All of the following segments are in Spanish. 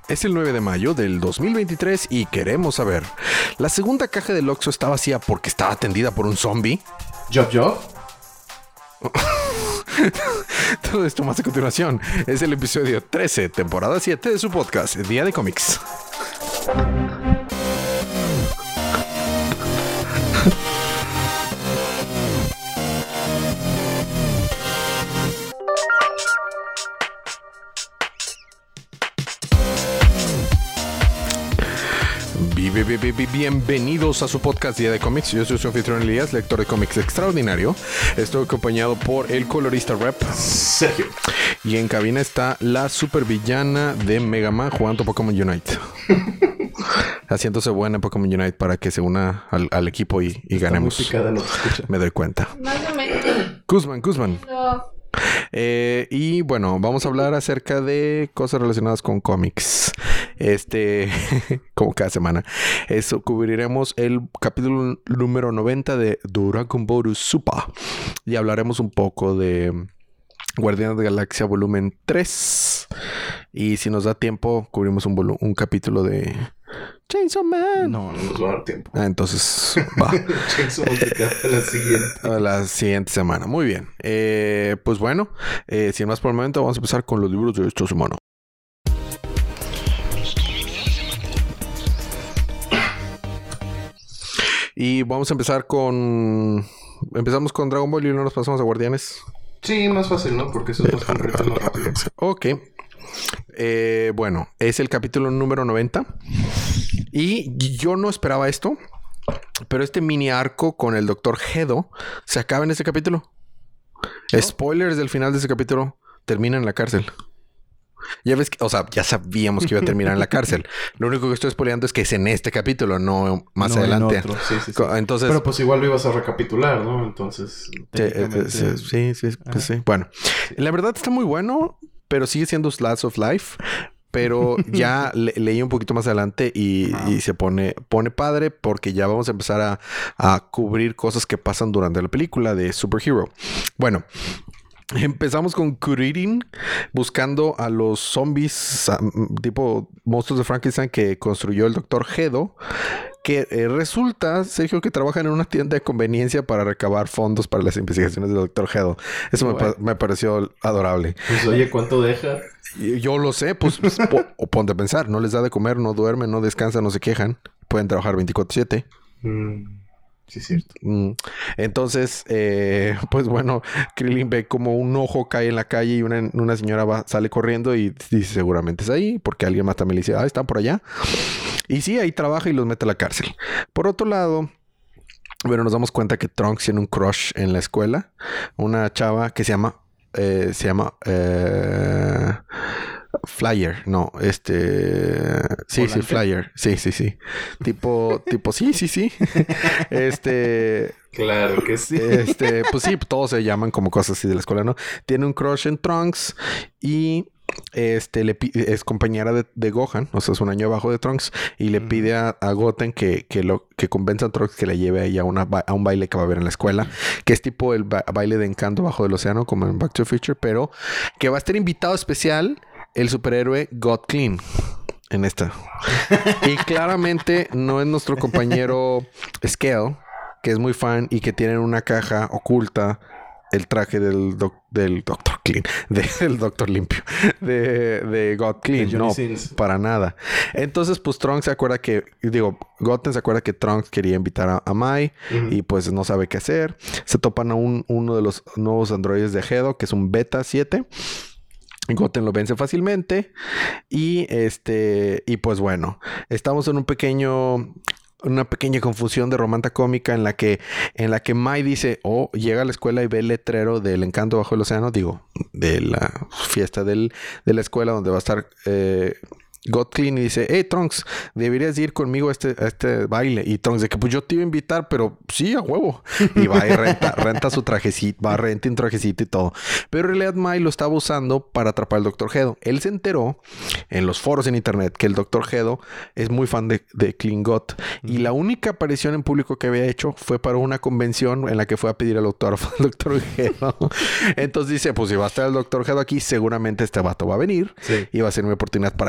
Es el 9 de mayo del 2023 y queremos saber, ¿la segunda caja del Oxxo está vacía porque estaba atendida por un zombie? ¿Job? Todo esto más a continuación. Es el episodio 13, temporada 7 de su podcast, Día de Cómics. Bienvenidos a su podcast Día de Cómics. Yo soy su anfitrión Elías, lector de cómics extraordinario. Estoy acompañado por el colorista rep Sergio. Y en cabina está la supervillana de Mega Man jugando Pokémon Unite. Haciéndose buena en Pokémon Unite para que se una al equipo y ganemos. Muy picada, no te escucha. Me doy cuenta. Más o menos. Kuzman. No. Y bueno, vamos a hablar acerca de cosas relacionadas con cómics. Como cada semana. Eso, cubriremos el capítulo número 90 de Dragon Ball Super. Y hablaremos un poco de Guardianes de la Galaxia volumen 3. Y si nos da tiempo, cubrimos un capítulo de Chainsaw Man. No nos va a dar tiempo. Entonces, va. Chainsaw Man se queda a la siguiente. A la siguiente semana. Muy bien. Pues bueno, sin más por el momento, vamos a empezar con los libros de esta semana. Y vamos a empezar con... Empezamos con Dragon Ball y luego nos pasamos a Guardianes. Sí, más fácil, ¿no? Porque eso es más concreto, más rápido. Ok. Bueno, es el capítulo número 90. Y yo no esperaba esto, pero este mini arco con el Dr. Gedo se acaba en este capítulo. ¿No? Spoilers del final de ese capítulo. Termina en la cárcel. Ya ves que, o sea, ya sabíamos que iba a terminar en la cárcel. Lo único que estoy spoileando es que es en este capítulo, no más adelante. En otro. Sí. Entonces, pero pues igual lo ibas a recapitular, ¿no? Entonces, sí. Bueno, la verdad está muy bueno, pero sigue siendo Slice of Life. Pero ya leí un poquito más adelante y se pone padre porque ya vamos a empezar a cubrir cosas que pasan durante la película de Superhero. Bueno, empezamos con Kuririn buscando a los zombies tipo monstruos de Frankenstein que construyó el Dr. Gedo. Que resulta, Sergio, que trabajan en una tienda de conveniencia para recabar fondos para las investigaciones del Dr. Gedo. Eso me pareció adorable. Pues oye, ¿cuánto deja? Yo lo sé, pues o ponte a pensar. No les da de comer, no duermen, no descansan, no se quejan. Pueden trabajar 24/7. Sí, es cierto. Entonces, pues bueno, Krillin ve como un ojo cae en la calle y una señora sale corriendo y dice seguramente es ahí, porque alguien más también le dice, están por allá. Y sí, ahí trabaja y los mete a la cárcel. Por otro lado, bueno, nos damos cuenta que Trunks tiene un crush en la escuela. Una chava que se llama Flyer, no, sí, Flyer, sí. Tipo, sí. Claro que sí. Pues sí, todos se llaman como cosas así de la escuela, ¿no? Tiene un crush en Trunks y es compañera de Gohan, o sea, es un año abajo de Trunks, y le pide a Goten que convenza a Trunks que le lleve ahí a un baile que va a haber en la escuela, que es tipo el baile de Encanto bajo del océano, como en Back to the Future, pero que va a estar invitado especial el superhéroe God Clean en esta. Y claramente no es nuestro compañero Scale, que es muy fan y que tiene en una caja oculta el traje del Dr. Clean, del Dr. Limpio, de God Clean. No, para nada. Entonces, pues Trunks se acuerda Goten se acuerda que Trunks quería invitar a Mai y pues no sabe qué hacer. Se topan a uno de los nuevos androides de Gedo, que es un Beta 7. Goten lo vence fácilmente y pues bueno, estamos en una pequeña confusión de romántica cómica en la que Mai dice, llega a la escuela y ve el letrero del Encanto bajo el océano, de la fiesta de la escuela donde va a estar God Clean, y dice, Trunks, deberías ir conmigo a este baile. Y Trunks de que pues yo te iba a invitar, pero sí, a huevo. Y va y renta su trajecito, renta un trajecito y todo. Pero en realidad Mai lo estaba usando para atrapar al Dr. Gedo. Él se enteró en los foros en internet que el Dr. Gedo es muy fan de Clean God. Y la única aparición en público que había hecho fue para una convención en la que fue a pedir el autógrafo del Dr. Gedo. Entonces dice, pues si va a estar el Dr. Gedo aquí, seguramente este vato va a venir. Sí. Y va a ser mi oportunidad para yo ser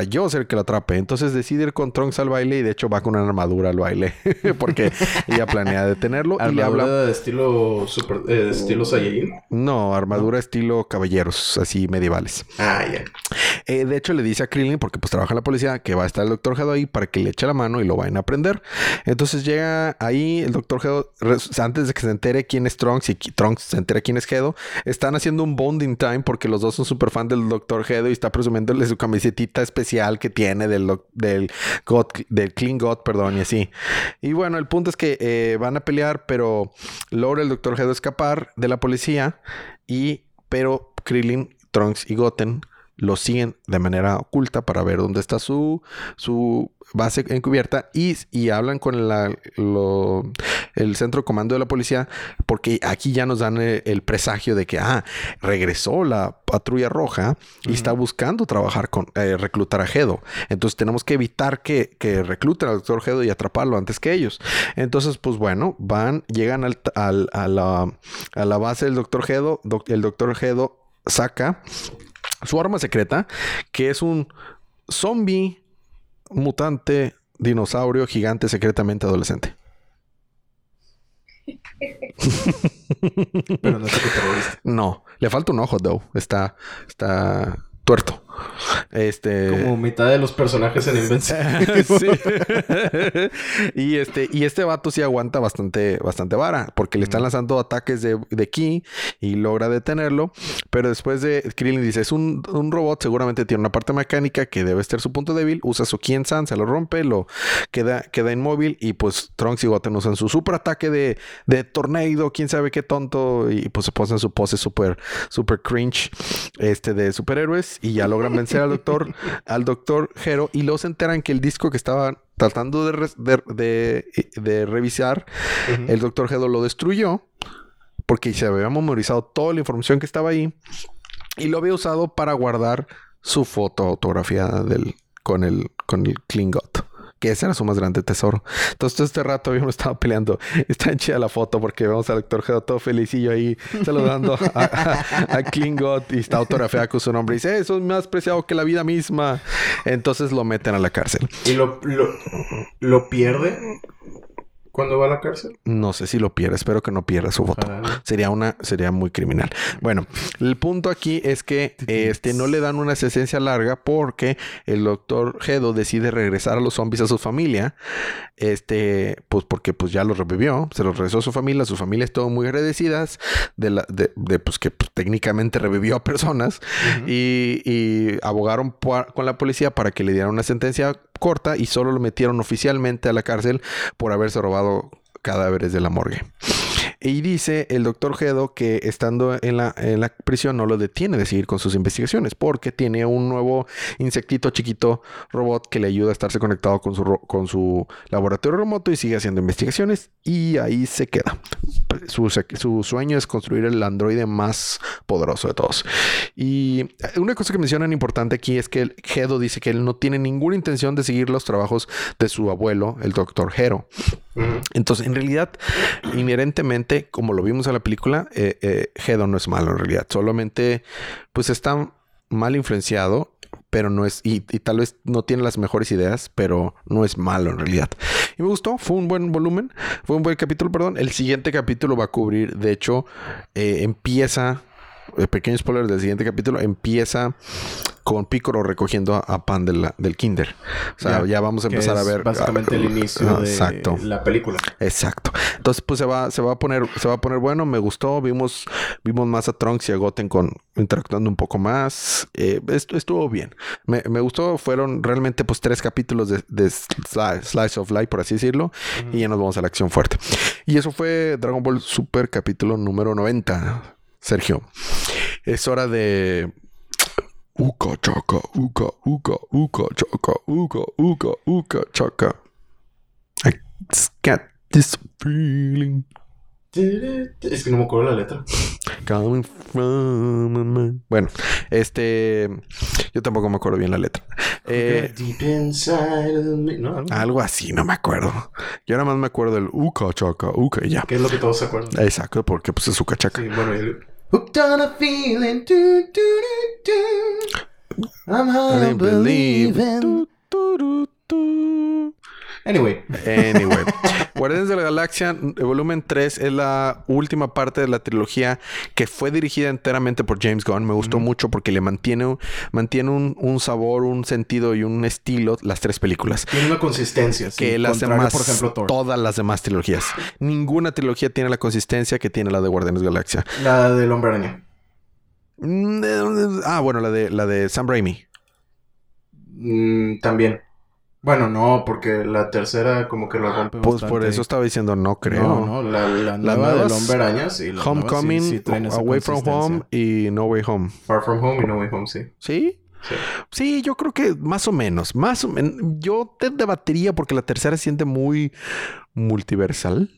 ser que lo atrape. Entonces decide ir con Trunks al baile y de hecho va con una armadura al baile porque ella planea detenerlo y le habla... ¿Armadura de estilo estilo Saiyajin? No, armadura estilo caballeros, así medievales. Ah, ya. De hecho le dice a Krillin, porque pues trabaja en la policía, que va a estar el Dr. Gedo ahí para que le eche la mano y lo vayan a aprender. Entonces llega ahí el Dr. Gedo, antes de que se entere quién es Trunks y Trunks se entere quién es Gedo, están haciendo un bonding time porque los dos son súper fan del Dr. Gedo y está presumiéndole su camisetita especial que tiene del Clean God, perdón, y así. Y bueno, el punto es que van a pelear, pero logra el Dr. Gedo escapar de la policía pero Krillin, Trunks y Goten lo siguen de manera oculta para ver dónde está su base encubierta y hablan con el centro de comando de la policía porque aquí ya nos dan el presagio de que regresó la patrulla roja y está buscando reclutar a Gedo. Entonces tenemos que evitar que recluten al Dr. Gedo y atraparlo antes que ellos. Entonces pues bueno, llegan a la base del Dr. Gedo. El Dr. Gedo saca su arma secreta, que es un zombie mutante dinosaurio gigante secretamente adolescente. Pero no es terrorista. No, le falta un ojo, though. Está tuerto. Como mitad de los personajes en Invencible. Sí. y este vato sí aguanta bastante vara, porque le están lanzando ataques de ki y logra detenerlo. Pero después Krillin dice, es un robot, seguramente tiene una parte mecánica que debe ser su punto débil. Usa su Ki en San, se lo rompe, queda inmóvil y pues Trunks y Goten usan su super ataque de tornado, quién sabe qué tonto, y pues se ponen su pose super cringe de superhéroes y ya logran vencer al doctor Gero y luego se enteran que el disco que estaban tratando de revisar, el Dr. Gedo lo destruyó porque se había memorizado toda la información que estaba ahí y lo había usado para guardar su foto autografiada con el Clean God, que ese era su más grande tesoro. Entonces todo este rato habíamos estado peleando. Está chida la foto porque vemos al Dr. Gedo todo feliz y yo ahí saludando a Clean God y está autografiada con su nombre y dice, eso es más preciado que la vida misma. Entonces lo meten a la cárcel. ¿Y lo pierde cuando va a la cárcel? No sé si lo pierde. Espero que no pierda su foto. Sería muy criminal. Bueno, el punto aquí es que no le dan una sentencia larga porque el Dr. Gedo decide regresar a los zombies a su familia. Pues porque pues ya los revivió. Se los regresó a su familia. Su familia estuvo muy agradecidas pues que pues, técnicamente revivió a personas. Y abogaron con la policía para que le dieran una sentencia corta y solo lo metieron oficialmente a la cárcel por haberse robado cadáveres de la morgue. Y dice el Dr. Gedo que estando en la prisión no lo detiene de seguir con sus investigaciones porque tiene un nuevo insectito chiquito robot que le ayuda a estarse conectado con su laboratorio remoto y sigue haciendo investigaciones y ahí se queda. Su sueño es construir el androide más poderoso de todos. Y una cosa que mencionan importante aquí es que Gedo dice que él no tiene ninguna intención de seguir los trabajos de su abuelo, el Dr. Gero. Entonces, en realidad, inherentemente, como lo vimos en la película, Gedo no es malo en realidad. Solamente, pues está mal influenciado, pero no es... Y tal vez no tiene las mejores ideas, pero no es malo en realidad. Y me gustó. Fue un buen volumen. Fue un buen capítulo, perdón. El siguiente capítulo va a cubrir... De hecho, empieza... Pequeño spoiler del siguiente capítulo. Empieza... con Piccolo recogiendo a Pan del kinder. O sea, ya vamos a empezar a ver... básicamente el inicio de la película. Exacto. Entonces, pues se va a poner bueno. Me gustó. Vimos más a Trunks y a Goten interactuando un poco más. Esto estuvo bien. Me gustó. Fueron realmente pues 3 capítulos de Slice of Life, por así decirlo. Y ya nos vamos a la acción fuerte. Y eso fue Dragon Ball Super capítulo número 90. Sergio. Es hora de... Uka chaka, uka chaka, uka chaka. I just got this feeling. Es que no me acuerdo la letra. Coming from my mind. Bueno, yo tampoco me acuerdo bien la letra. Deep inside of me. ¿No? Algo así, no me acuerdo. Yo nada más me acuerdo del uka chaka, uka y ya. ¿Qué es lo que todos se acuerdan? Exacto, porque pues es uka chaka. Sí, bueno, hooked on a feeling, do, do, do, do. I'm hard believing. Anyway. Guardianes de la Galaxia, volumen 3, es la última parte de la trilogía que fue dirigida enteramente por James Gunn. Me gustó mucho porque le mantiene un sabor, un sentido y un estilo las 3 películas. Tiene una consistencia. Que las demás, por ejemplo, Thor. Todas las demás trilogías. Ninguna trilogía tiene la consistencia que tiene la de Guardianes de la Galaxia. La del Hombre Araña. Bueno, la de Sam Raimi. También. Bueno, no, porque la tercera como que lo rompe pues bastante. Por eso estaba diciendo, no creo. No, la nueva del Hombre Araña, sí. Homecoming, sí Away From Home y No Way Home. Far From Home y No Way Home, sí. ¿Sí? Sí, yo creo que más o menos. Yo te debatiría porque la tercera se siente muy multiversal.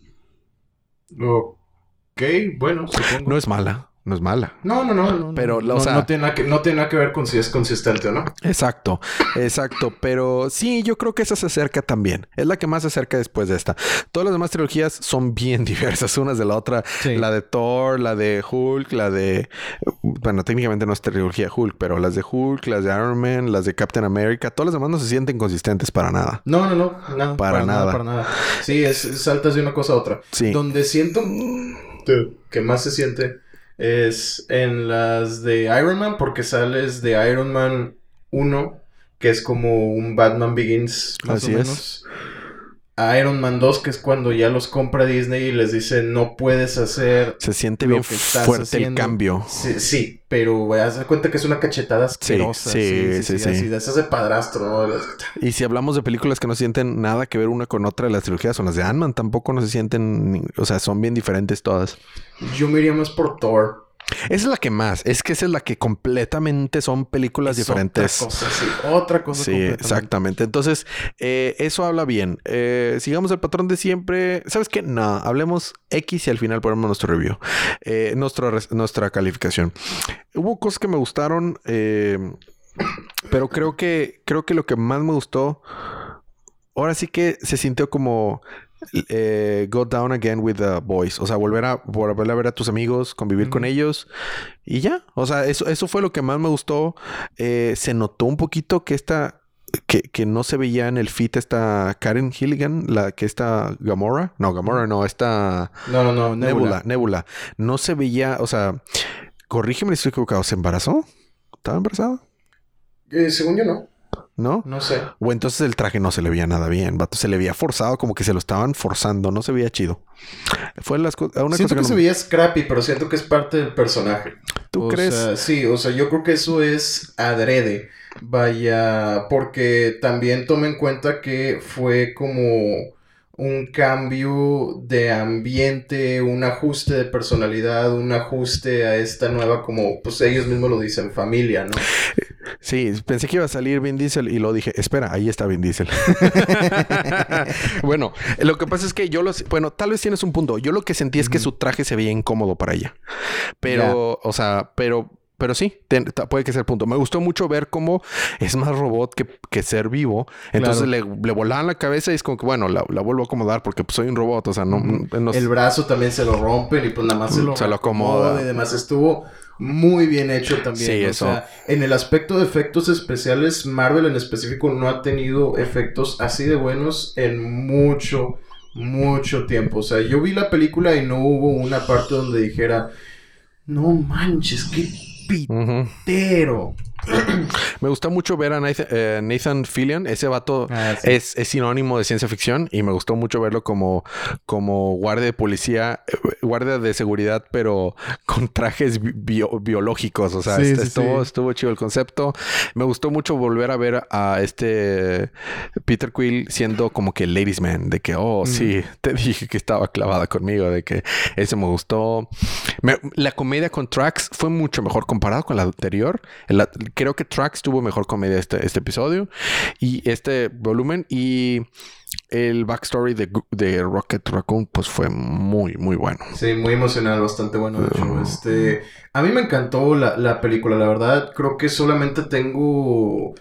Ok, bueno, supongo. No es mala. No. Pero, o sea, no tiene nada que ver con si es consistente o no. Exacto. Pero sí, yo creo que esa se acerca también. Es la que más se acerca después de esta. Todas las demás trilogías son bien diversas unas de la otra. Sí. La de Thor, la de Hulk, la de... Bueno, técnicamente no es trilogía Hulk, pero las de Hulk, las de Iron Man, las de Captain America, todas las demás no se sienten consistentes para nada. No. Nada. Para nada. Sí, saltas de una cosa a otra. Sí. Donde siento que más se siente... es en las de Iron Man, porque sales de Iron Man 1, que es como un Batman Begins, más o menos. A Iron Man 2, que es cuando ya los compra Disney y les dice, no puedes hacer... Se siente bien fuerte haciendo. El cambio. Sí, pero haz de cuenta que es una cachetada asquerosa. Sí. Así, de esas de padrastro, ¿no? Y si hablamos de películas que no sienten nada que ver una con otra de las trilogías, son las de Ant-Man, tampoco no se sienten... O sea, son bien diferentes todas. Yo me iría más por Thor. Esa es la que más. Es que esa es la que completamente son películas diferentes. Otra cosa. Sí, exactamente. Entonces, eso habla bien. Sigamos el patrón de siempre. ¿Sabes qué? No, hablemos X y al final ponemos nuestro review. Nuestra calificación. Hubo cosas que me gustaron, pero creo que lo que más me gustó, ahora sí que se sintió como... go down again with the boys. O sea, volver a ver a tus amigos, convivir con ellos y ya. O sea, eso fue lo que más me gustó. Se notó un poquito que que no se veía en el feed esta Karen Gilligan, la que está Gamora. No, Gamora no, esta... No, Nebula. No se veía, o sea, corrígeme si estoy equivocado, ¿se embarazó? ¿Estaba embarazada? Según yo no. ¿No? No sé. O entonces el traje no se le veía nada bien, vato. Se le veía forzado, como que se lo estaban forzando. No se veía chido. Siento que se veía scrappy, pero siento que es parte del personaje. ¿Tú crees? Sí, o sea, yo creo que eso es adrede. Vaya, porque también toma en cuenta que fue como un cambio de ambiente, un ajuste de personalidad, un ajuste a esta nueva, como pues ellos mismos lo dicen, familia, ¿no? Sí, pensé que iba a salir Vin Diesel y lo dije, espera, ahí está Vin Diesel. Bueno, lo que pasa es que bueno, tal vez tienes un punto. Yo lo que sentí es que su traje se veía incómodo para ella. Pero, o sea, pero sí, puede que sea el punto. Me gustó mucho ver cómo es más robot que ser vivo. Entonces le volaban la cabeza y es como que, bueno, la vuelvo a acomodar porque pues, soy un robot. O sea, no... El brazo también se lo rompen y pues nada más se lo acomoda. Y demás estuvo muy bien hecho también. Sí, o sea, en el aspecto de efectos especiales, Marvel en específico no ha tenido efectos así de buenos en mucho tiempo. O sea, yo vi la película y no hubo una parte donde dijera, no manches, qué pitero. Me gusta mucho ver a Nathan Fillion. Ese vato es sinónimo de ciencia ficción y me gustó mucho verlo como guardia de policía, guardia de seguridad, pero con trajes biológicos. O sea, estuvo chido el concepto. Me gustó mucho volver a ver a Peter Quill siendo como que ladies man, de que, sí, te dije que estaba clavada conmigo, de que eso me gustó. La comedia con Drax fue mucho mejor comparado con la anterior. Creo que Drax tuvo mejor comedia este episodio y este volumen, y el backstory de Rocket Raccoon pues fue muy muy bueno. Sí, muy emocional, bastante bueno de hecho. A mí me encantó la película, la verdad. Creo que solamente tengo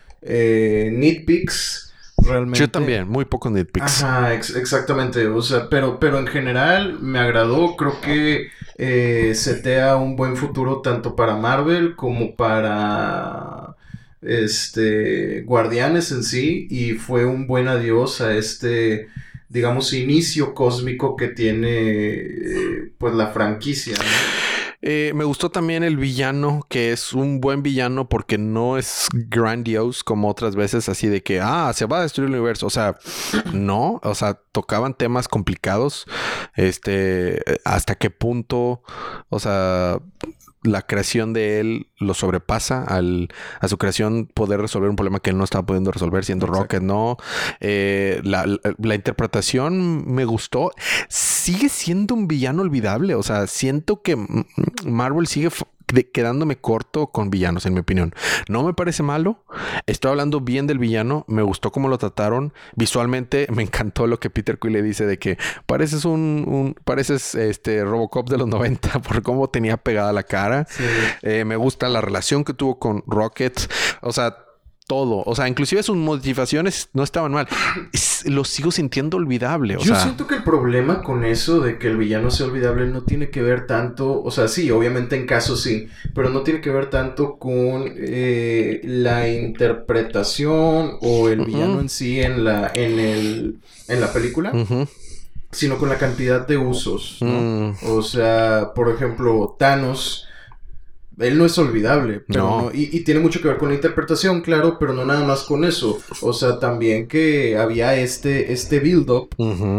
nitpicks realmente. Yo también, muy pocos nitpicks. Ajá, exactamente. O sea, pero en general me agradó. Creo que setea un buen futuro tanto para Marvel como para Guardianes en sí, y fue un buen adiós a digamos, inicio cósmico que tiene, pues, la franquicia, ¿no? Me gustó también el villano, que es un buen villano porque no es grandiose como otras veces, así de que, se va a destruir el universo. O sea, no, o sea, tocaban temas complicados. Hasta qué punto, o sea, la creación de él lo sobrepasa a su creación poder resolver un problema que él no estaba pudiendo resolver siendo Rocket, ¿no? La interpretación me gustó. Sigue siendo un villano olvidable. O sea, siento que Marvel sigue quedándome corto con villanos, en mi opinión. No me parece malo. Estoy hablando bien del villano. Me gustó cómo lo trataron. Visualmente me encantó lo que Peter Quill le dice de que pareces pareces Robocop de los 90 por cómo tenía pegada la cara. Sí. Me gusta la relación que tuvo con Rocket. O sea, todo. O sea, inclusive sus motivaciones no estaban mal. Lo sigo sintiendo olvidable. Yo siento que el problema con eso de que el villano sea olvidable no tiene que ver tanto... O sea, sí, obviamente en casos sí. Pero no tiene que ver tanto con la interpretación o el villano en sí en la película. Sino con la cantidad de usos, ¿no? O sea, por ejemplo, Thanos... Él no es olvidable, pero no. Y tiene mucho que ver con la interpretación, claro, pero no nada más con eso. O sea, también que había este build-up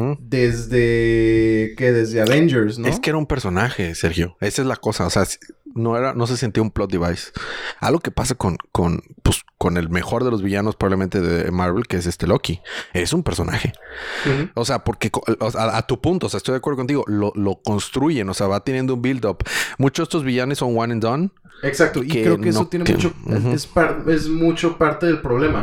desde Avengers, ¿no? Es que era un personaje, Sergio. Esa es la cosa. O sea, no se sentía un plot device. Algo que pasa con el mejor de los villanos probablemente de Marvel, que es Loki. Es un personaje. O sea, porque a tu punto, o sea, estoy de acuerdo contigo, lo construyen, o sea, va teniendo un build-up. Muchos de estos villanos son one and done. Exacto, y creo que eso tiene mucho... Es mucho parte del problema.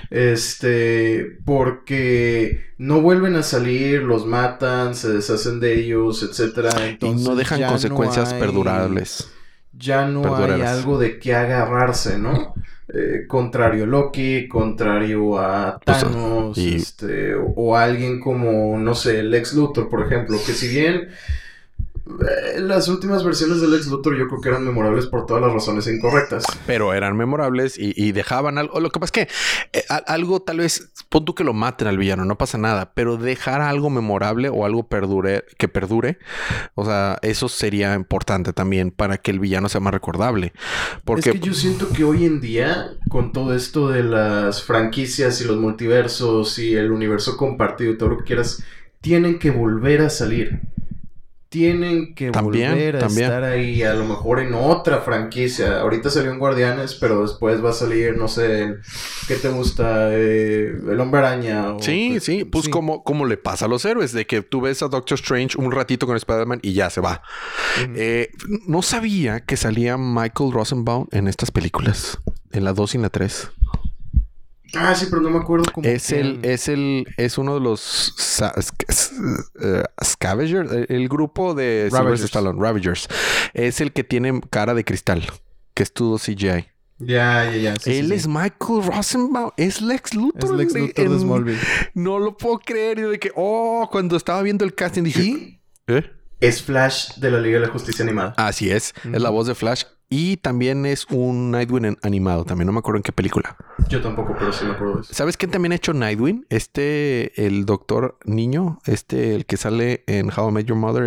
Porque no vuelven a salir, los matan, se deshacen de ellos, etcétera. Entonces, y no dejan consecuencias perdurables. Ya no hay algo de qué agarrarse, ¿no? Contrario a Loki, contrario a Thanos, o alguien como, no sé, Lex Luthor, por ejemplo, que si bien... las últimas versiones del Lex Luthor yo creo que eran memorables por todas las razones incorrectas. Pero eran memorables y dejaban algo. Lo que pasa es que algo tal vez... Pon tú que lo maten al villano, no pasa nada. Pero dejar algo memorable o algo que perdure. O sea, eso sería importante también para que el villano sea más recordable. Porque... Es que yo siento que hoy en día, con todo esto de las franquicias y los multiversos y el universo compartido y todo lo que quieras, tienen que volver a salir. Tienen que volver a estar ahí, a lo mejor en otra franquicia. Ahorita salió en Guardianes, pero después va a salir, no sé, ¿qué te gusta? El Hombre Araña. Sí. Como le pasa a los héroes, de que tú ves a Doctor Strange un ratito con Spider-Man y ya se va. No sabía que salía Michael Rosenbaum en estas películas, en la 2 y en la 3. Sí, pero no me acuerdo cómo. Es uno de los Scavengers, el grupo de Sylvester Stallone, Ravagers. Es el que tiene cara de cristal, que es todo CGI. Ya. Él es Michael Rosenbaum, es Lex Luthor. Es Lex Luthor de Smallville. No lo puedo creer. Y de que, cuando estaba viendo el casting dije... Es Flash de la Liga de la Justicia Animada. Así es. Es la voz de Flash. Y también es un Nightwing animado. También no me acuerdo en qué película. Yo tampoco, pero sí me acuerdo de eso. ¿Sabes quién también ha hecho Nightwing? El Doctor Niño. El que sale en How I Met Your Mother.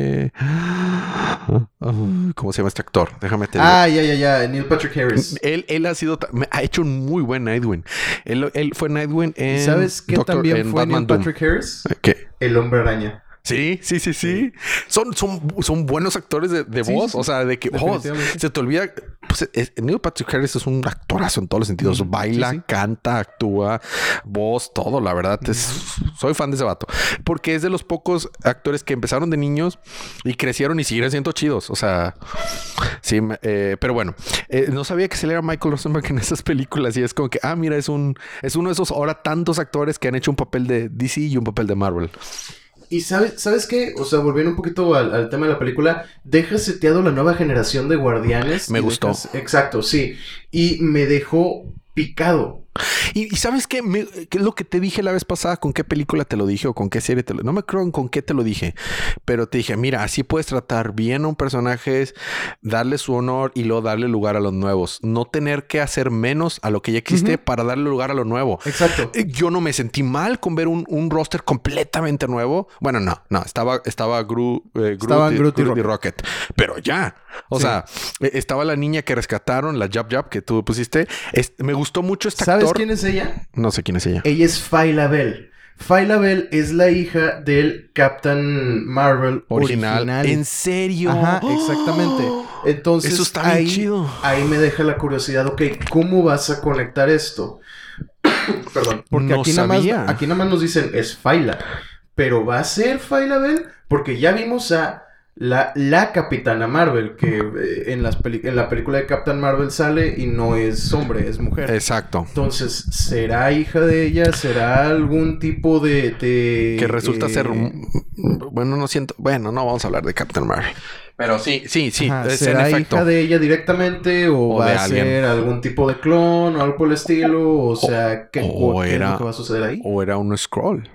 ¿Cómo se llama este actor? Déjame te digo. Ya. Neil Patrick Harris. Él ha hecho un muy buen Nightwing. Él fue Nightwing en... ¿Sabes qué también fue Neil Patrick Harris? ¿Qué? El Hombre Araña. Sí. Son buenos actores de voz. O sea, de que se te olvida. Pues, Neil Patrick Harris es un actorazo en todos los sentidos. Baila, canta, actúa, voz, todo. La verdad, soy fan de ese vato. Porque es de los pocos actores que empezaron de niños y crecieron y siguen siendo chidos. O sea, sí. Pero bueno, no sabía que saliera Michael Rosenbaum en esas películas. Y es como que, mira, es uno de esos ahora tantos actores que han hecho un papel de DC y un papel de Marvel. Y ¿sabes qué? O sea, volviendo un poquito al tema de la película, deja seteado la nueva generación de Guardianes. Me gustó. Exacto, sí. Y me dejó picado. Y ¿sabes qué? ¿Qué es lo que te dije la vez pasada? ¿Con qué película te lo dije o con qué serie no me acuerdo con qué te lo dije, pero te dije, mira, así puedes tratar bien a un personaje, darle su honor y luego darle lugar a los nuevos. No tener que hacer menos a lo que ya existe para darle lugar a lo nuevo. Exacto. Yo no me sentí mal con ver un roster completamente nuevo. Bueno, no. Estaba Groot y Rocket. Pero ya. O sea, estaba la niña que rescataron, la Jab Jab que tú pusiste. Me gustó mucho esta actor. ¿Sabes quién es ella? No sé quién es ella. Ella es Phyla Bell. Phyla Bell es la hija del Captain Marvel original. ¿En serio? Ajá, exactamente. Entonces, eso está bien chido. Ahí me deja la curiosidad. Ok, ¿cómo vas a conectar esto? Perdón. Porque no aquí nada más nos dicen es Phyla. Pero ¿va a ser Phyla Bell? Porque ya vimos a la Capitana Marvel, que en la película de Captain Marvel sale y no es hombre, es mujer. Exacto. Entonces, ¿será hija de ella? ¿Será algún tipo de que resulta ser... Bueno, no vamos a hablar de Captain Marvel. Pero sí. Ajá, ¿será hija de ella directamente? ¿O va a ser algún tipo de clon o algo por el estilo? O sea, ¿qué es lo que va a suceder ahí? O era un Skrull.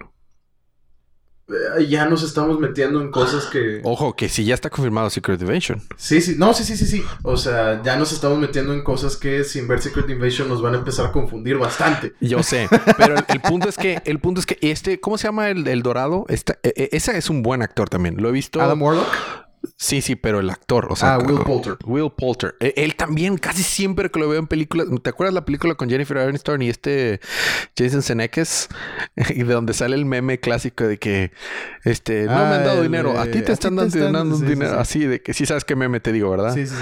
Ya nos estamos metiendo en cosas que... Ojo, que sí ya está confirmado Secret Invasion. Sí. No, sí. O sea, ya nos estamos metiendo en cosas que sin ver Secret Invasion nos van a empezar a confundir bastante. Yo sé, pero el punto es que ¿cómo se llama el dorado? Ese es un buen actor también. Lo he visto. Adam Warlock. Sí, pero el actor, o sea... Will Poulter. Will Poulter. Él también, casi siempre que lo veo en películas... ¿Te acuerdas la película con Jennifer Aniston y Jason Sudeikis? Y de donde sale el meme clásico de que... no me han dado dinero. A ti te están dando dinero. Sí. Así, de que sí sabes qué meme te digo, ¿verdad? Sí.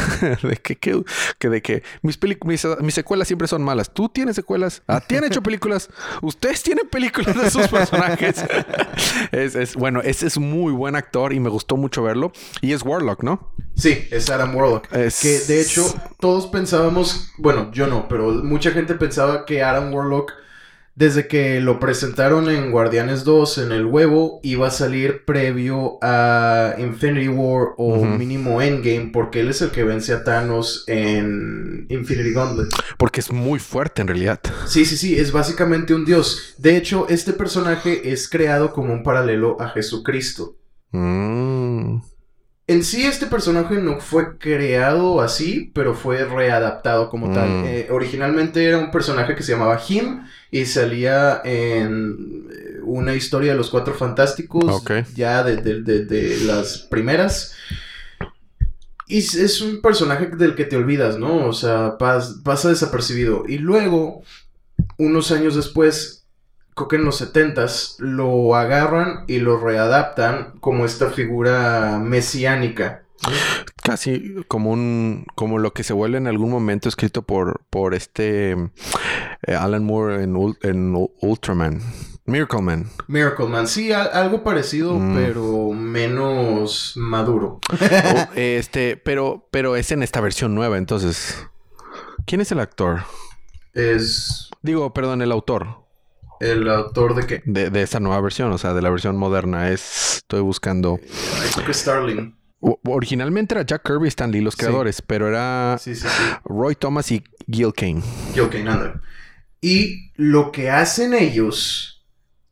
de que mis secuelas siempre son malas. ¿Tú tienes secuelas? ¿Ti han hecho películas? ¿Ustedes tienen películas de sus personajes? Bueno, ese es muy buen actor y me gustó mucho verlo. Y es Warlock, ¿no? Sí, es Adam Warlock. Que de hecho, todos pensábamos... Bueno, yo no, pero mucha gente pensaba que Adam Warlock, desde que lo presentaron en Guardianes 2, en el huevo, iba a salir previo a Infinity War o mínimo Endgame, porque él es el que vence a Thanos en Infinity Gauntlet. Porque es muy fuerte, en realidad. Sí. Es básicamente un dios. De hecho, este personaje es creado como un paralelo a Jesucristo. En sí, este personaje no fue creado así, pero fue readaptado como tal. Originalmente era un personaje que se llamaba Him y salía en una historia de los Cuatro Fantásticos, ya de las primeras. Y es un personaje del que te olvidas, ¿no? O sea, pasa desapercibido. Y luego, unos años después... Creo que en los 70s lo agarran y lo readaptan como esta figura mesiánica. Casi como lo que se vuelve en algún momento escrito por Alan Moore en Ultraman. Miracle Man, sí, algo parecido, pero menos maduro. Pero es en esta versión nueva, entonces. ¿Quién es el actor? El autor. ¿El autor de qué? De esa nueva versión, o sea, de la versión moderna. Estoy buscando... Creo que Starling. Originalmente era Jack Kirby y Stan Lee los creadores, pero era Roy Thomas y Gil Kane. Anda. Y lo que hacen ellos,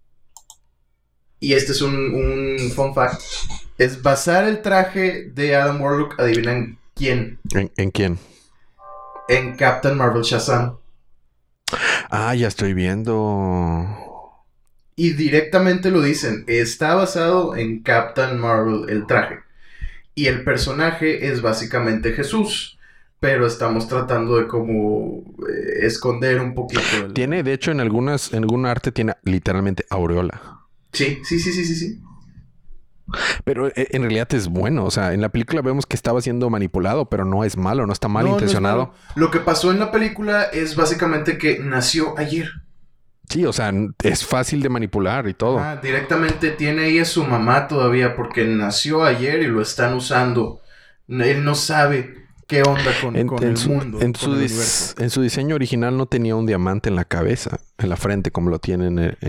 y este es un fun fact, es basar el traje de Adam Warlock, ¿adivinan quién? ¿En quién? En Captain Marvel Shazam. Ya estoy viendo. Y directamente lo dicen. Está basado en Captain Marvel el traje. Y el personaje es básicamente Jesús. Pero estamos tratando de como esconder un poquito. Tiene, de hecho, en algún arte tiene literalmente aureola. Sí. Pero en realidad es bueno. O sea, en la película vemos que estaba siendo manipulado, pero no es malo, no está mal intencionado. No es malo. Lo que pasó en la película es básicamente que nació ayer. Sí, o sea, es fácil de manipular y todo. Directamente tiene ahí a su mamá todavía porque nació ayer y lo están usando. Él no sabe qué onda con el mundo, con el universo. En su diseño original no tenía un diamante en la cabeza, en la frente, como lo tiene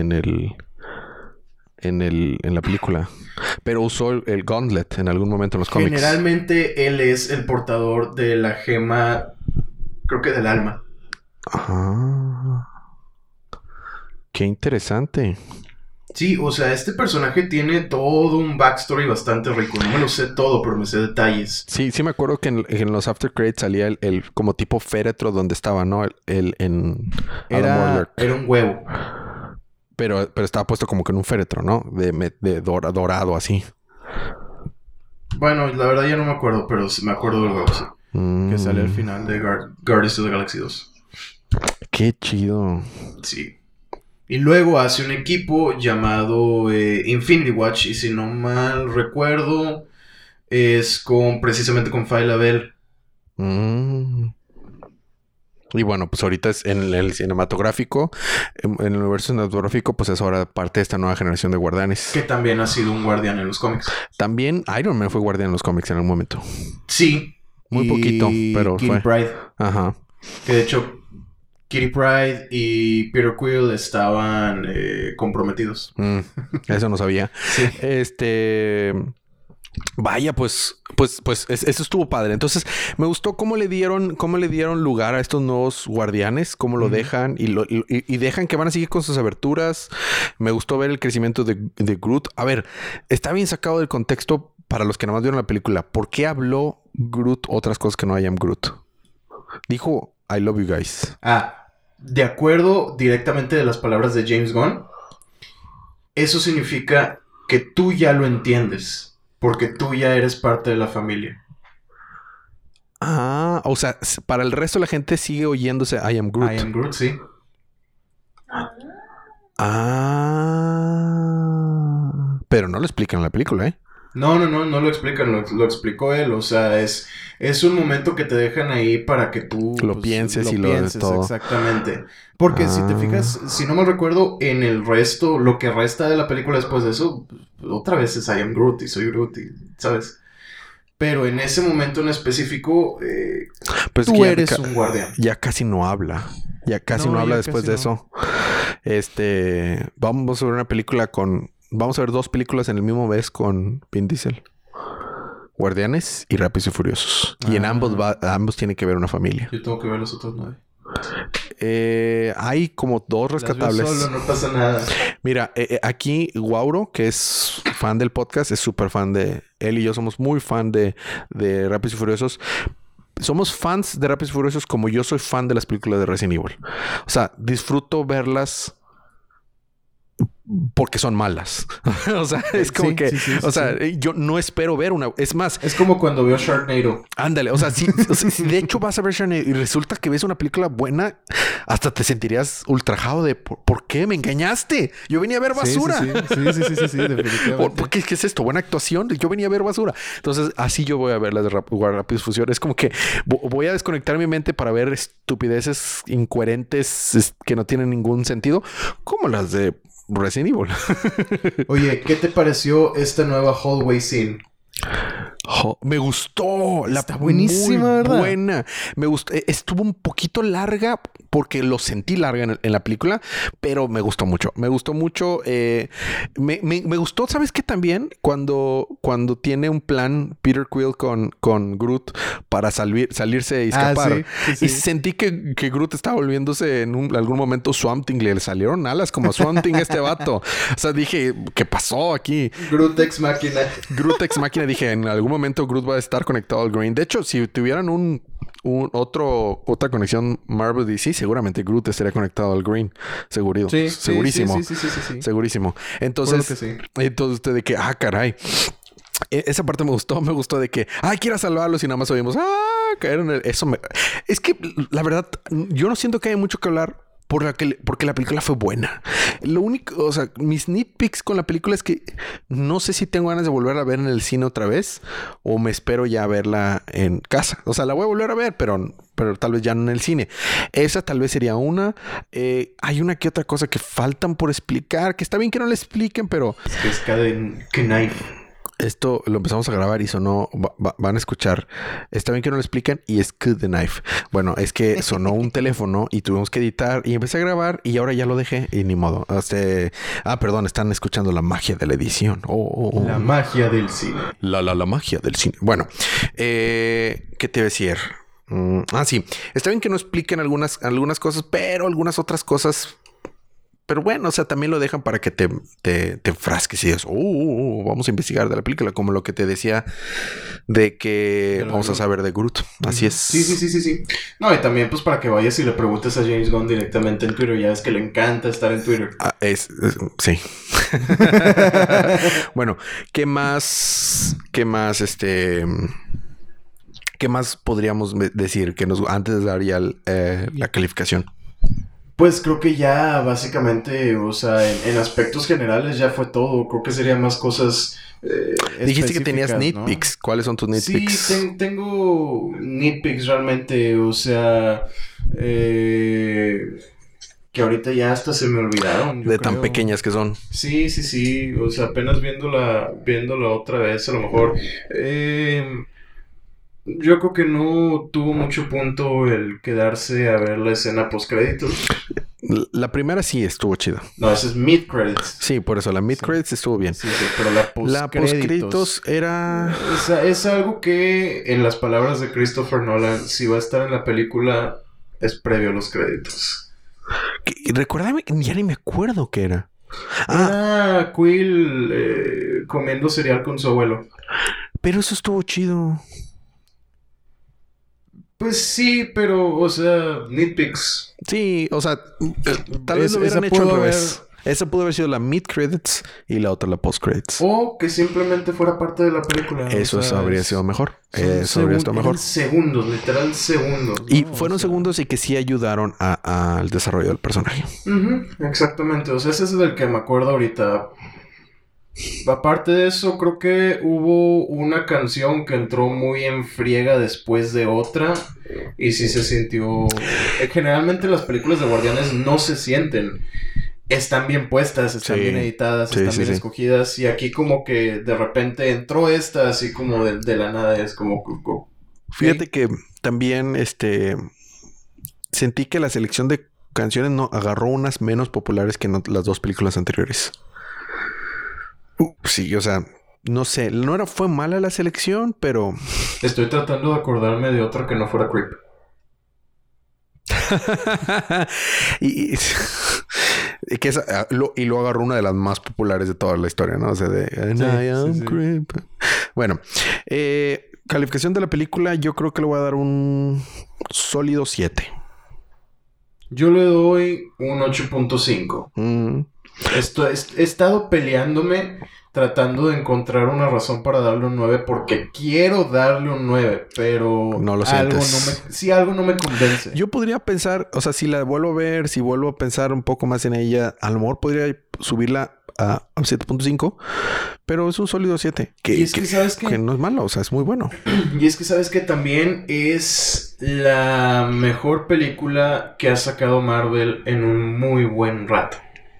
en la película. Pero usó el Gauntlet en algún momento en los cómics. Generalmente él es el portador de la gema, creo que del alma. Qué interesante. Sí, o sea, este personaje tiene todo un backstory bastante rico. No me lo sé todo, pero me sé detalles. Sí, sí me acuerdo que en los after credits salía el como tipo féretro donde estaba, ¿no? Era un huevo. Pero estaba puesto como que en un féretro, ¿no? De dorado así. Bueno, la verdad ya no me acuerdo, pero me acuerdo del huevo, sí. Que sale al final de Guardians of the Galaxy 2. Qué chido. Sí. Y luego hace un equipo llamado Infinity Watch. Y si no mal recuerdo, es precisamente con Phyla Bell. Y bueno, pues ahorita es en el cinematográfico, en el universo cinematográfico, pues es ahora parte de esta nueva generación de guardianes. Que también ha sido un guardián en los cómics. También Iron Man fue guardián en los cómics en algún momento. Sí. Muy poquito, pero Kitty Pryde. Ajá. Que de hecho, Kitty Pryde y Peter Quill estaban comprometidos. Eso no sabía. Sí. Vaya, pues eso estuvo padre. Entonces, me gustó cómo le dieron lugar a estos nuevos guardianes, cómo lo dejan y dejan que van a seguir con sus aberturas. Me gustó ver el crecimiento de Groot. A ver, está bien sacado del contexto para los que nada más vieron la película. ¿Por qué habló Groot otras cosas que no I am Groot? Dijo, I love you guys. De acuerdo directamente de las palabras de James Gunn, eso significa que tú ya lo entiendes. Porque tú ya eres parte de la familia. O sea, para el resto de la gente sigue oyéndose I am Groot. I am Groot, sí. Pero no lo explican en la película, ¿eh? No lo explican, lo explicó él. O sea, es un momento que te dejan ahí para que tú lo pienses y lo de todo. Exactamente. Porque si te fijas, si no me recuerdo, en el resto, lo que resta de la película después de eso, otra vez es I am Groot y soy Groot, ¿sabes? Pero en ese momento en específico, pues tú eres un guardián. Ya casi no habla. Ya casi no habla después de eso. Vamos a ver una película Vamos a ver 2 películas en el mismo mes con Vin Diesel. Guardianes y Rápidos y Furiosos. Y en ambos tiene que ver una familia. Yo tengo que ver los otros 9. Hay como 2 rescatables. Las veo solo, no pasa nada. Mira, aquí Guauro, que es fan del podcast, es súper fan de... Él y yo somos muy fan de Rápidos y Furiosos. Somos fans de Rápidos y Furiosos como yo soy fan de las películas de Resident Evil. O sea, disfruto verlas porque son malas. O sea, es como yo no espero ver una... Es más... Es como cuando veo Sharknado. Ándale. O sea, si de hecho vas a ver Sharknado y resulta que ves una película buena, hasta te sentirías ultrajado de... ¿Por qué me engañaste? Yo venía a ver basura. Sí, definitivamente. ¿Qué es esto? ¿Buena actuación? Yo venía a ver basura. Entonces, así yo voy a ver las de Rápidos y Furiosos. Es como que voy a desconectar mi mente para ver estupideces incoherentes que no tienen ningún sentido, como las de Resident Evil. Oye, ¿qué te pareció esta nueva hallway scene? Me gustó. Está buenísima, muy ¿verdad? Buena. Me gustó. Estuvo un poquito larga porque lo sentí larga en la película, pero me gustó mucho. Me gustó mucho. Me gustó, ¿sabes qué? También cuando tiene un plan Peter Quill con Groot para salirse y escapar. Sí. Y sentí que Groot estaba volviéndose en algún momento Swamp Thing. Le salieron alas como Swamp Thing a este vato. O sea, dije, ¿qué pasó aquí? Groot Ex Machina. Dije, en algún momento Groot va a estar conectado al Green. De hecho, si tuvieran otra conexión Marvel DC, seguramente Groot estaría conectado al Green. Segurísimo. Sí. Segurísimo. Entonces, usted de que, caray. Esa parte me gustó de que, quiera salvarlos y nada más oímos, caer en eso. Es que, la verdad, yo no siento que haya mucho que hablar porque la película fue buena. Lo único, o sea, mis nitpicks con la película es que no sé si tengo ganas de volver a ver en el cine otra vez o me espero ya a verla en casa. O sea, la voy a volver a ver, pero tal vez ya no en el cine. Esa tal vez sería una. Hay una que otra cosa que faltan por explicar, que está bien que no le expliquen, pero... Es que Knife. Esto lo empezamos a grabar y sonó... van a escuchar. Está bien que no lo explican y es Cut the Knife. Bueno, es que sonó un teléfono y tuvimos que editar y empecé a grabar y ahora ya lo dejé y ni modo. Perdón, están escuchando la magia de la edición. La magia del cine. La magia del cine. Bueno, ¿qué te iba a decir? Sí. Está bien que no expliquen algunas cosas, pero algunas otras cosas Pero bueno, o sea, también lo dejan para que te enfrasques y digas, vamos a investigar de la película, como lo que te decía de que vamos a saber de Groot. Así es. Sí. No, y también pues para que vayas y le preguntes a James Gunn directamente en Twitter. Ya ves que le encanta estar en Twitter. Sí. Bueno, ¿qué más podríamos decir que antes de dar ya la calificación? Pues creo que ya básicamente, o sea, en aspectos generales ya fue todo. Creo que serían más cosas dijiste que tenías nitpicks, ¿no? ¿Cuáles son tus nitpicks? Sí, tengo nitpicks realmente, o sea, que ahorita ya hasta se me olvidaron. De tan pequeñas que son. Sí, o sea, apenas viéndola otra vez, a lo mejor. Yo creo que no tuvo mucho punto el quedarse a ver la escena post-créditos. La primera sí estuvo chida. No, esa es mid-credits. Sí, por eso la mid-credits estuvo bien. Sí, pero la post-créditos era... Es algo que, en las palabras de Christopher Nolan, si va a estar en la película, es previo a los créditos. Recuérdame, ya ni me acuerdo qué era. Era Quill comiendo cereal con su abuelo. Pero eso estuvo chido. Pues sí, pero, o sea, nitpicks. Sí, o sea, tal vez lo hubieran hecho al revés. Esa pudo haber sido la mid-credits y la otra la post-credits. O que simplemente fuera parte de la película. Eso habría sido mejor. Eso habría estado mejor. Segundos, literal segundos. ¿No? Y fueron segundos y que sí ayudaron al desarrollo del personaje. Exactamente. O sea, ese es del que me acuerdo ahorita. Aparte de eso, creo que hubo una canción que entró muy en friega después de otra. Y sí se sintió... Generalmente las películas de Guardianes no se sienten. Están bien puestas, están bien editadas, están bien escogidas. Y aquí como que de repente entró esta así como de la nada. Es como... Fíjate que también sentí que la selección de canciones no agarró unas menos populares que las dos películas anteriores. Sí, o sea, no sé, fue mala la selección, pero... Estoy tratando de acordarme de otra que no fuera Creep. y lo agarró una de las más populares de toda la historia, ¿no? O sea, I am Creep. Bueno, calificación de la película, yo creo que le voy a dar un sólido 7. Yo le doy un 8.5. He estado peleándome tratando de encontrar una razón para darle un 9 porque quiero darle un 9, pero no lo sientes. Algo no me convence. Yo podría pensar, o sea, si la vuelvo a ver, si vuelvo a pensar un poco más en ella, a lo mejor podría subirla a 7.5, pero es un sólido 7. ¿Sabes qué? Que no es malo, o sea, es muy bueno. Y es que sabes que también es la mejor película que ha sacado Marvel en un muy buen rato.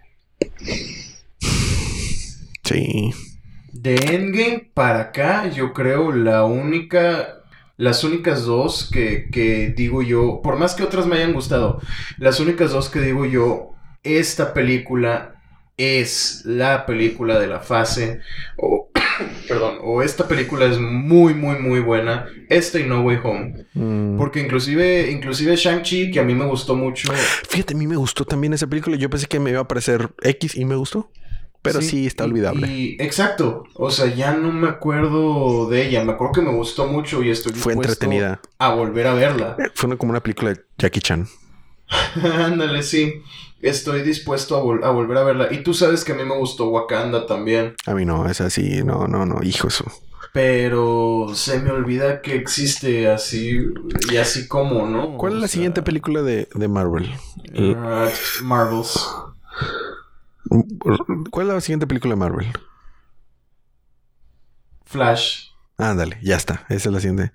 Sí. De Endgame para acá, yo creo las únicas dos que digo yo, por más que otras me hayan gustado, las únicas dos que digo yo, esta película es la película de la fase, o esta película es muy, muy, muy buena, esta y No Way Home. Porque inclusive Shang-Chi, que a mí me gustó mucho. Fíjate, a mí me gustó también esa película. Yo pensé que me iba a parecer X y me gustó. Pero sí está olvidable. Exacto. O sea, ya no me acuerdo de ella. Me acuerdo que me gustó mucho y estoy dispuesto entretenida a volver a verla. Fue como una película de Jackie Chan. Ándale, sí. Estoy dispuesto a volver a verla. Y tú sabes que a mí me gustó Wakanda también. A mí no, es así. No. Hijo, eso. Pero se me olvida que existe así y así como, ¿no? ¿Cuál es la siguiente película de Marvel? Marvels. ¿Cuál es la siguiente película de Marvel? Flash. Ándale, ya está. Esa es la siguiente.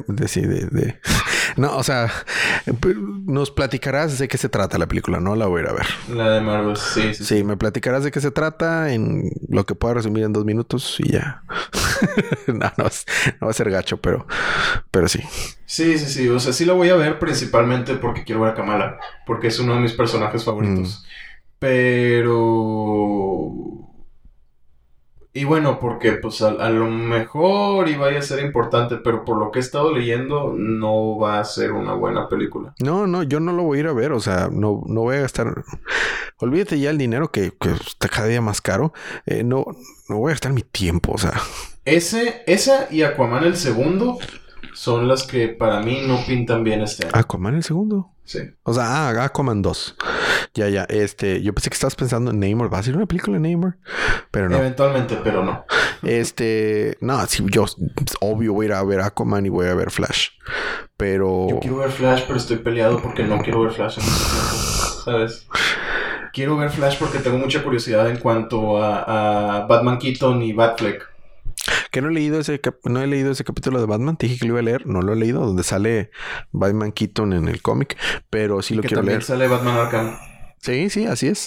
No, o sea, nos platicarás de qué se trata la película, ¿no? La voy a ir a ver. La de Marvel, sí. Sí, me platicarás de qué se trata en lo que pueda resumir en 2 minutos y ya. No va a ser gacho, pero sí. Sí. O sea, sí la voy a ver principalmente porque quiero ver a Kamala. Porque es uno de mis personajes favoritos. Pero... Y bueno, porque pues a lo mejor y vaya a ser importante, pero por lo que he estado leyendo, no va a ser una buena película. No, yo no lo voy a ir a ver, o sea, no voy a gastar... Olvídate ya el dinero que está cada día más caro. No voy a gastar mi tiempo, o sea... Esa y Aquaman el segundo son las que para mí no pintan bien este año. ¿Aquaman el segundo? Sí. O sea, Aquaman 2. Ya. Yo pensé que estabas pensando en Neymar. ¿Va a ser una película de Neymar? Pero no. Eventualmente, pero no. No, sí, yo obvio voy a ir a ver Aquaman y voy a ver Flash. Pero... Yo quiero ver Flash, pero estoy peleado porque no quiero ver Flash en este tiempo. ¿Sabes? Quiero ver Flash porque tengo mucha curiosidad en cuanto a Batman Keaton y Batfleck. Que no he leído ese capítulo de Batman. Te dije que lo iba a leer. No lo he leído. Donde sale Batman Keaton en el cómic. Pero sí lo quiero leer. Que también sale Batman Arkham. Sí, así es.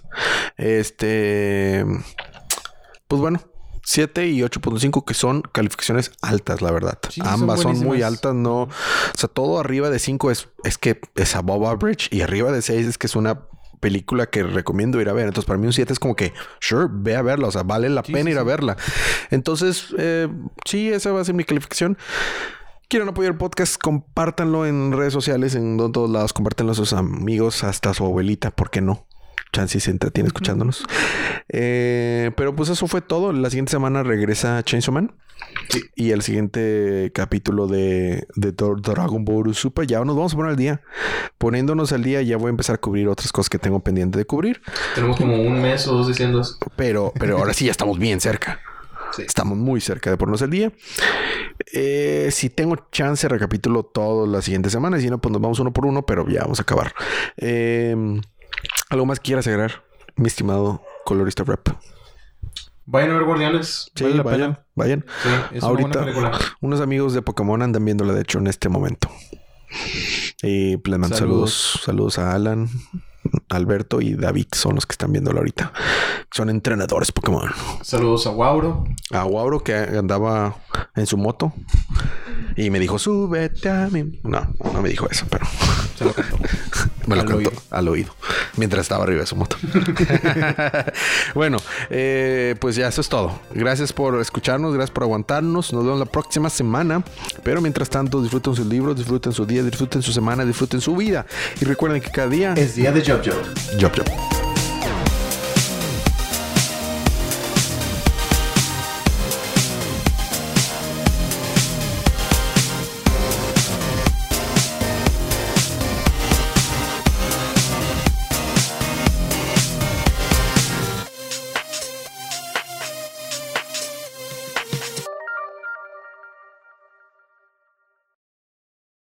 Pues bueno. 7 y 8.5 que son calificaciones altas, la verdad. Sí, ambas son muy altas, no... O sea, todo arriba de 5 es que es above average. Y arriba de 6 es que es una película que recomiendo ir a ver. Entonces, para mí un 7 es como que, sure, ve a verla. O sea, vale la pena ir a verla. Entonces, sí, esa va a ser mi calificación. Quieren apoyar el podcast, compártanlo en redes sociales, en todos lados. Compártanlo a sus amigos, hasta a su abuelita. ¿Por qué no? Chance se entretiene escuchándonos. Pero pues eso fue todo. La siguiente semana regresa Chainsaw Man. Sí. Y el siguiente capítulo de Dragon Ball Super. Ya nos vamos a poner al día. Poniéndonos al día, ya voy a empezar a cubrir otras cosas que tengo pendiente de cubrir. Tenemos como un mes o dos diciendo eso. Pero ahora sí ya estamos bien cerca. Sí. Estamos muy cerca de ponernos al día. Si tengo chance, recapitulo todo la siguiente semana. Y si no, pues nos vamos uno por uno. Pero ya vamos a acabar. ¿Algo más quieras agregar, mi estimado colorista rap? Vayan a ver Guardianes. Sí, vayan. Sí, es ahorita, una buena película. Unos amigos de Pokémon andan viéndola, de hecho, en este momento. Y les mando saludos a Alan, Alberto y David. Son los que están viéndola ahorita. Son entrenadores Pokémon. Saludos a Wauro. A Wauro, que andaba en su moto. Y me dijo, súbete a mí. No me dijo eso, pero... Se lo cantó. Me lo cantó al oído. Mientras estaba arriba de su moto. Bueno, pues ya eso es todo. Gracias por escucharnos. Gracias por aguantarnos. Nos vemos la próxima semana. Pero mientras tanto, disfruten sus libros, disfruten su día, disfruten su semana, disfruten su vida. Y recuerden que cada día... es día de Job. Job.